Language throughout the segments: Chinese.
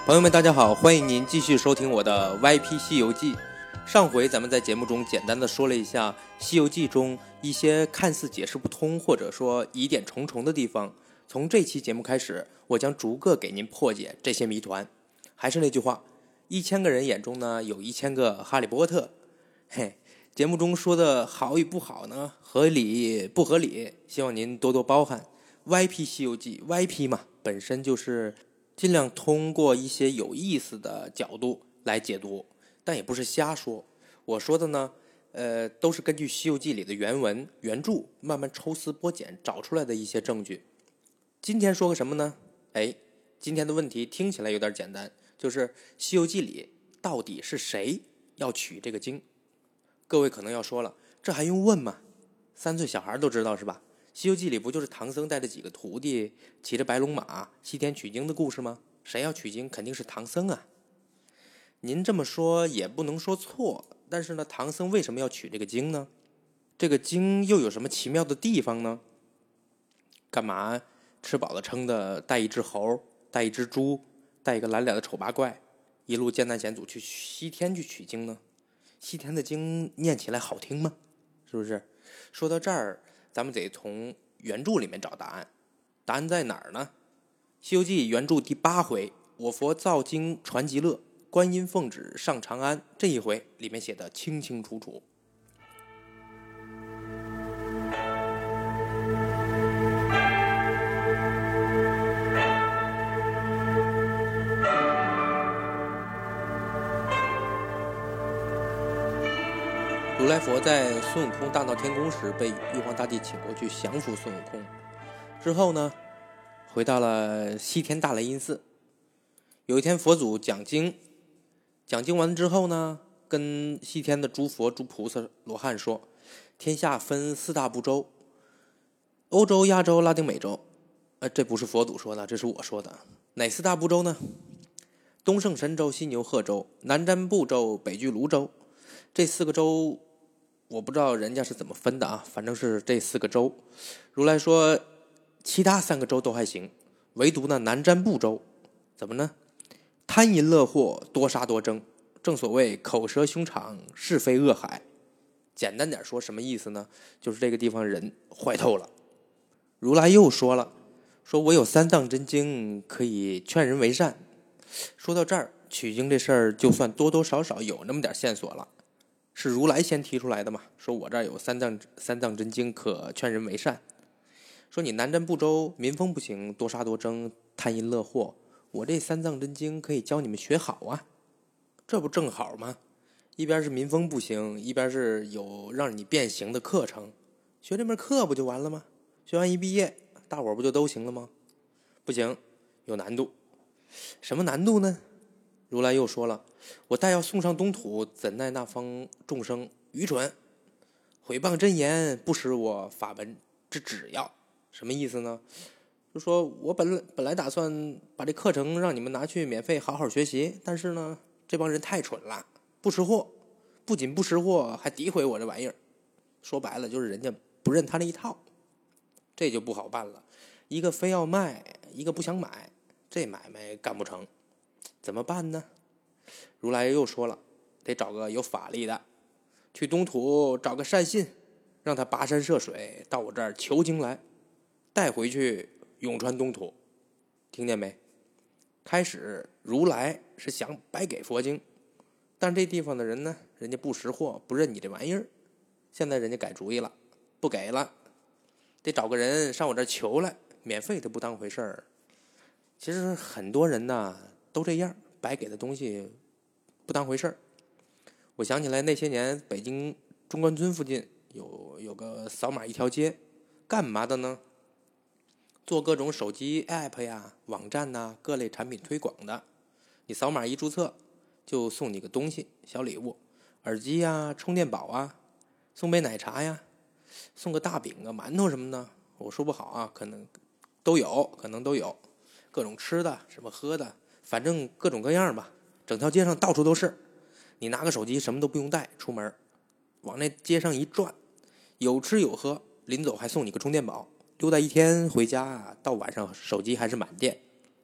朋友们大家好，欢迎您继续收听我的 YP 西游记。上回咱们在节目中简单的说了一下西游记中一些看似解释不通或者说疑点重重的地方，从这期节目开始，我将逐个给您破解这些谜团。还是那句话，1000个人眼中呢有1000个哈利波特。节目中说的好与不好呢，合理不合理，希望您多多包涵。YP 西游记 YP 嘛，本身就是尽量通过一些有意思的角度来解读，但也不是瞎说。我说的呢，都是根据《西游记》里的原文原著慢慢抽丝剥茧找出来的一些证据。今天说个什么呢？今天的问题听起来有点简单，就是《西游记》里到底是谁要取这个经？各位可能要说了，这还用问吗？3岁小孩都知道是吧？西游记里不就是唐僧带着几个徒弟骑着白龙马西天取经的故事吗？谁要取经肯定是唐僧啊。您这么说也不能说错，但是呢，唐僧为什么要取这个经呢？这个经又有什么奇妙的地方呢？干嘛吃饱了撑的带一只猴，带一只猪，带一个蓝脸的丑八怪，一路艰难险阻去西天去取经呢？西天的经念起来好听吗？是不是？说到这儿，咱们得从原著里面找答案。答案在哪儿呢？西游记原著第8回，我佛造经传极乐，观音奉旨上长安，这一回里面写的清清楚楚。如来佛在孙悟空大闹天宫时，被玉皇大帝请过去降服孙悟空。之后呢，回到了西天大雷音寺。有一天，佛祖讲经完之后呢，跟西天的诸佛、诸菩萨、罗汉说，天下分4大部洲：欧洲、亚洲、拉丁美洲。这不是佛祖说的，这是我说的。哪4大部洲呢？东胜神州、西牛贺州、南瞻部洲、北俱泸州。这4个州我不知道人家是怎么分的啊，反正是这4个州。如来说其他3个州都还行，唯独呢南瞻部洲怎么呢？贪淫乐祸，多杀多争，正所谓口舌凶场，是非恶海。简单点说什么意思呢？就是这个地方人坏透了。如来又说了，说我有3藏真经可以劝人为善。说到这儿，取经这事儿就算多多少少有那么点线索了。是如来先提出来的嘛？说我这儿有三藏真经可劝人为善。说你南瞻部洲民风不行，多杀多争，贪淫乐祸，我这3藏真经可以教你们学好啊。这不正好吗？一边是民风不行，一边是有让你变形的课程，学这门课不就完了吗？学完一毕业，大伙不就都行了吗？不行，有难度。什么难度呢？如来又说了，我待要送上东土，怎奈那方众生愚蠢，毁谤真言，不识我法门之旨要。什么意思呢？就说我本来打算把这课程让你们拿去免费好好学习，但是呢，这帮人太蠢了，不识货，不仅不识货，还诋毁我这玩意儿。说白了就是人家不认他那一套，这就不好办了。一个非要卖，一个不想买，这买卖干不成。怎么办呢？如来又说了，得找个有法力的，去东土找个善信，让他跋山涉水到我这儿求经来，带回去永传东土。听见没？开始如来是想白给佛经，但这地方的人呢，人家不识货，不认你这玩意儿。现在人家改主意了，不给了，得找个人上我这儿求来，免费的不当回事儿。其实很多人呢都这样，白给的东西不当回事儿。我想起来那些年北京中关村附近有个扫码一条街，干嘛的呢？做各种手机 app 呀、网站呐、各类产品推广的。你扫码一注册，就送你个东西，小礼物，耳机呀、充电宝啊，送杯奶茶呀，送个大饼啊、馒头什么的，我说不好啊，可能都有，各种吃的，什么喝的，反正各种各样吧。整条街上到处都是，你拿个手机什么都不用带出门，往那街上一转，有吃有喝，临走还送你个充电宝，溜达一天回家到晚上手机还是满电。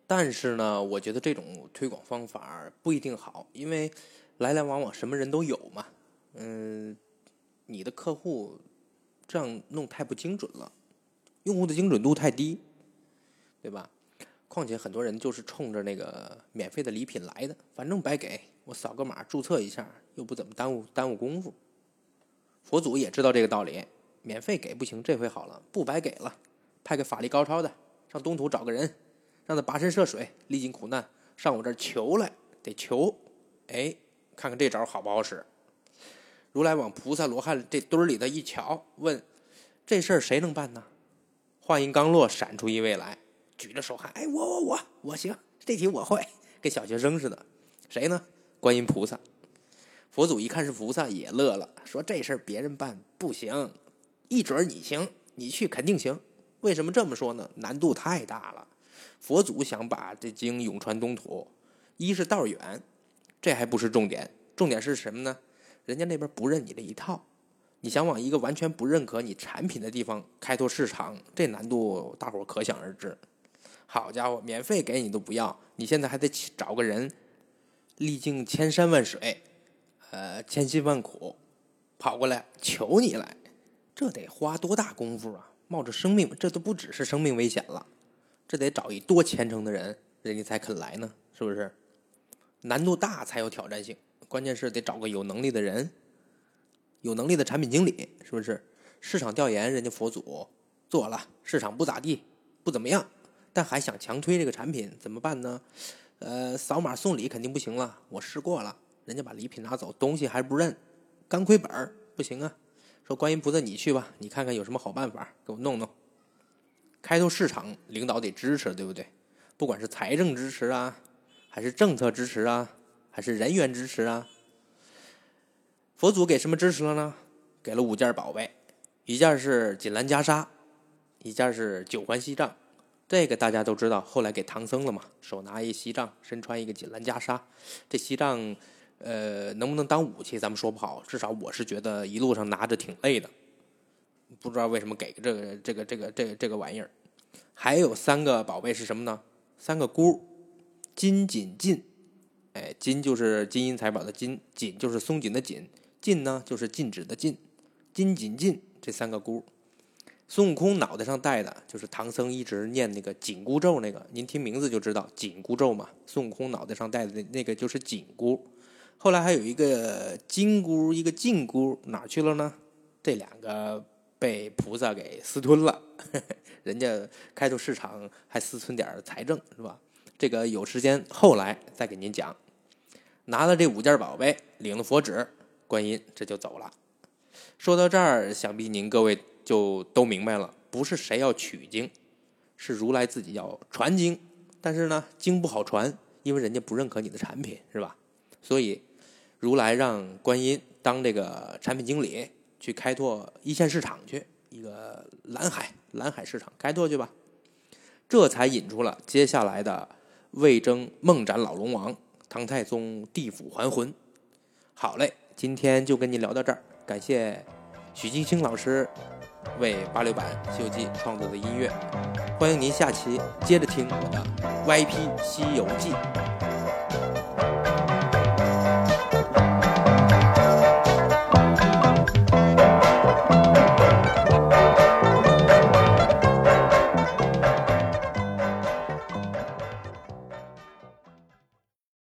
但是呢，我觉得这种推广方法不一定好，因为来来往往什么人都有嘛。你的客户这样弄太不精准了，用户的精准度太低，对吧？况且很多人就是冲着那个免费的礼品来的，反正白给，我扫个码注册一下，又不怎么耽误功夫。佛祖也知道这个道理，免费给不行，这回好了，不白给了，派个法力高超的上东土找个人，让他跋山涉水，历尽苦难，上我这儿求来，得求，看看这招好不好使。如来往菩萨罗汉这堆里头一瞧，问这事儿谁能办呢？话音刚落，闪出一位来，举着手喊：“我行，这题我会。”跟小学生似的。谁呢？观音菩萨。佛祖一看是菩萨，也乐了，说：“这事儿别人办不行，一准你行，你去肯定行。”为什么这么说呢？难度太大了。佛祖想把这经永传东土，一是道远，这还不是重点，重点是什么呢？人家那边不认你这一套，你想往一个完全不认可你产品的地方开拓市场，这难度大伙可想而知。好家伙，免费给你都不要，你现在还得找个人历经千山万水，千辛万苦跑过来求你来，这得花多大功夫啊！冒着生命，这都不只是生命危险了，这得找一多虔诚的人，人家才肯来呢，是不是？难度大才有挑战性，关键是得找个有能力的人，有能力的产品经理，是不是？市场调研人家佛祖做了，市场不咋地，不怎么样，但还想强推这个产品，怎么办呢？扫码送礼肯定不行了，我试过了，人家把礼品拿走，东西还不认，干亏本不行啊。说观音菩萨你去吧，你看看有什么好办法给我弄弄。开拓市场，领导得支持，对不对？不管是财政支持啊，还是政策支持啊，还是人员支持啊。佛祖给什么支持了呢？给了5件宝贝，一件是锦兰袈裟，一件是9环锡杖。这个大家都知道，后来给唐僧了嘛，手拿一锡杖，身穿一个锦兰袈裟。这锡杖能不能当武器咱们说不好，至少我是觉得一路上拿着挺累的，不知道为什么给这个玩意儿。还有3个宝贝是什么呢？3个箍，金锦禁。金就是金银财宝的金，锦就是松紧的紧，禁呢就是禁止的禁，金锦禁这3个箍。孙悟空脑袋上戴的就是唐僧一直念那个紧箍咒，那个您听名字就知道紧箍咒嘛，孙悟空脑袋上戴的那个就是紧箍。后来还有一个金箍，一个禁箍，哪去了呢？这2个被菩萨给私吞了，人家开拓市场还私吞点财政，是吧？这个有时间后来再给您讲。拿了这5件宝贝，领了佛旨，观音这就走了。说到这儿，想必您各位就都明白了，不是谁要取经，是如来自己要传经。但是呢，经不好传，因为人家不认可你的产品，是吧？所以如来让观音当这个产品经理，去开拓一线市场去，一个蓝海市场开拓去吧。这才引出了接下来的魏征梦斩老龙王，唐太宗地府还魂。好嘞，今天就跟您聊到这儿，感谢许金星老师为86版《西游记》创作的音乐，欢迎您下期接着听我的 YP 西游记。